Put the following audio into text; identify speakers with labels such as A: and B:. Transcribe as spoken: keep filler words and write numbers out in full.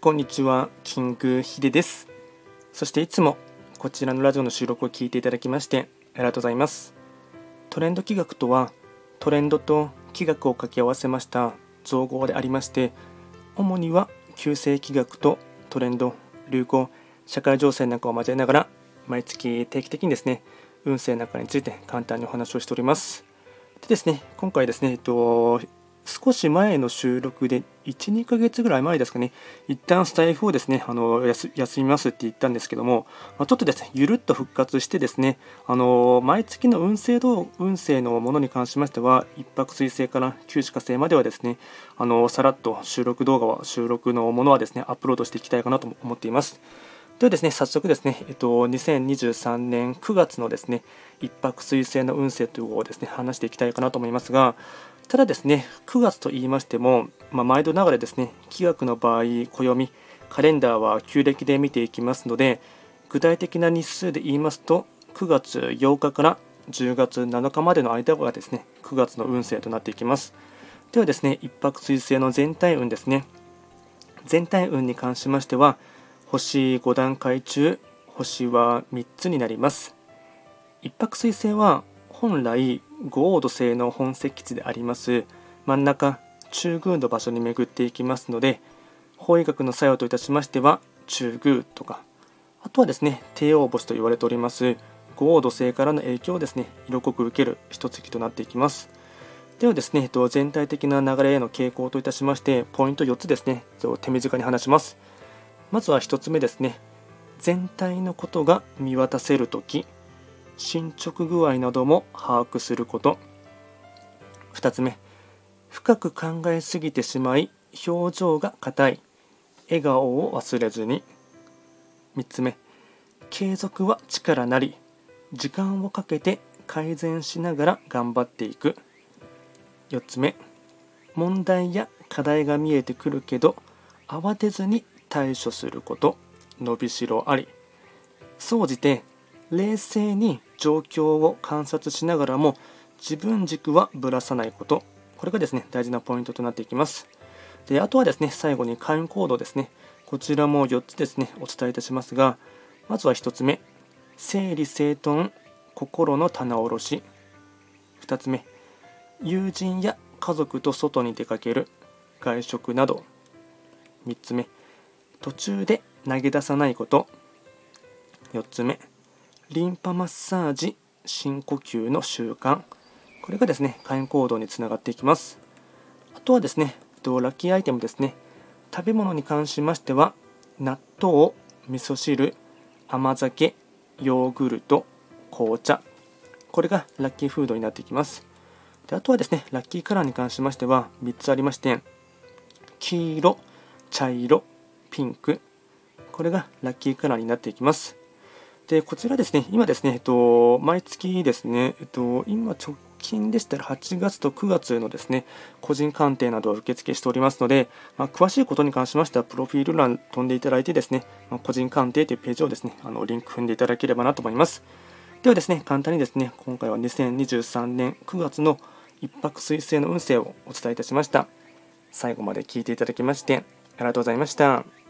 A: こんにちは、キングヒデです。そしていつもこちらのラジオの収録を聞いていただきましてありがとうございます。トレンド企画とは、トレンドと企画を掛け合わせました造語でありまして、主には旧世企画とトレンド、流行、社会情勢なんかを交えながら、毎月定期的にですね、運勢なんかについて簡単にお話をしております。でですね、今回ですね、えっと、少し前の収録でいち、にかげつぐらい前ですかね、一旦スタイフをですね、あの休休みますって言ったんですけども、まあ、ちょっとですね、ゆるっと復活してですね、あの毎月の運勢ど運勢のものに関しましては、一泊水星から九死火星まではですね、あのさらっと収録動画は、収録のものはですね、アップロードしていきたいかなと思っています。ではですね、早速ですね、えっと、にせんにじゅうさんねんくがつのですね、一泊水星の運勢というのをですね、話していきたいかなと思いますが、ただですね、くがつと言いましても、まあ、毎度ながらですね、気学の場合、暦、カレンダーは旧暦で見ていきますので、具体的な日数で言いますと、くがつようかからじゅうがつなのかまでの間がですね、くがつの運勢となっていきます。ではですね、一泊水星の全体運ですね。全体運に関しましては、星ご段階中、星はみっつになります。一泊水星は本来五黄土星の本石地であります真ん中中宮の場所に巡っていきますので、法医学の作用といたしましては中宮とか、あとはですね、帝王星と言われております五黄土星からの影響をですね、色濃く受ける一月となっていきます。ではですね、全体的な流れへの傾向といたしまして、ポイントよっつですね、手短に話します。まずはひとつめですね、全体のことが見渡せるとき、進捗具合なども把握すること。ふたつめ、深く考えすぎてしまい表情が硬い、笑顔を忘れずに。みっつめ、継続は力なり、時間をかけて改善しながら頑張っていく。よっつめ、問題や課題が見えてくるけど慌てずに対処すること。伸びしろあり。総じて冷静に状況を観察しながらも自分軸はぶらさないこと。これがですね、大事なポイントとなっていきます。で、あとはですね、最後に開運行動ですね。こちらもよっつですね、お伝えいたしますが、まずはひとつめ、整理整頓、心の棚卸し。ふたつめ、友人や家族と外に出かける、外食など。みっつめ、途中で投げ出さないこと。よっつめ、リンパマッサージ、深呼吸の習慣。これがですね、開運行動につながっていきます。あとはですね、ラッキーアイテムですね。食べ物に関しましては、納豆、味噌汁、甘酒、ヨーグルト、紅茶。これがラッキーフードになっていきます。で、あとはですね、ラッキーカラーに関しましてはみっつありまして、黄色、茶色、ピンク。これがラッキーカラーになっていきます。で、こちらですね、今ですね、えっと、毎月ですね、えっと、今直近でしたらはちがつとくがつのですね、個人鑑定などを受付しておりますので、まあ、詳しいことに関しましては、プロフィール欄飛んでいただいてですね、まあ、個人鑑定というページをですね、あのリンク踏んでいただければなと思います。ではですね、簡単にですね、今回はにせんにじゅうさんねんくがつの一泊水星の運勢をお伝えいたしました。最後まで聞いていただきまして、ありがとうございました。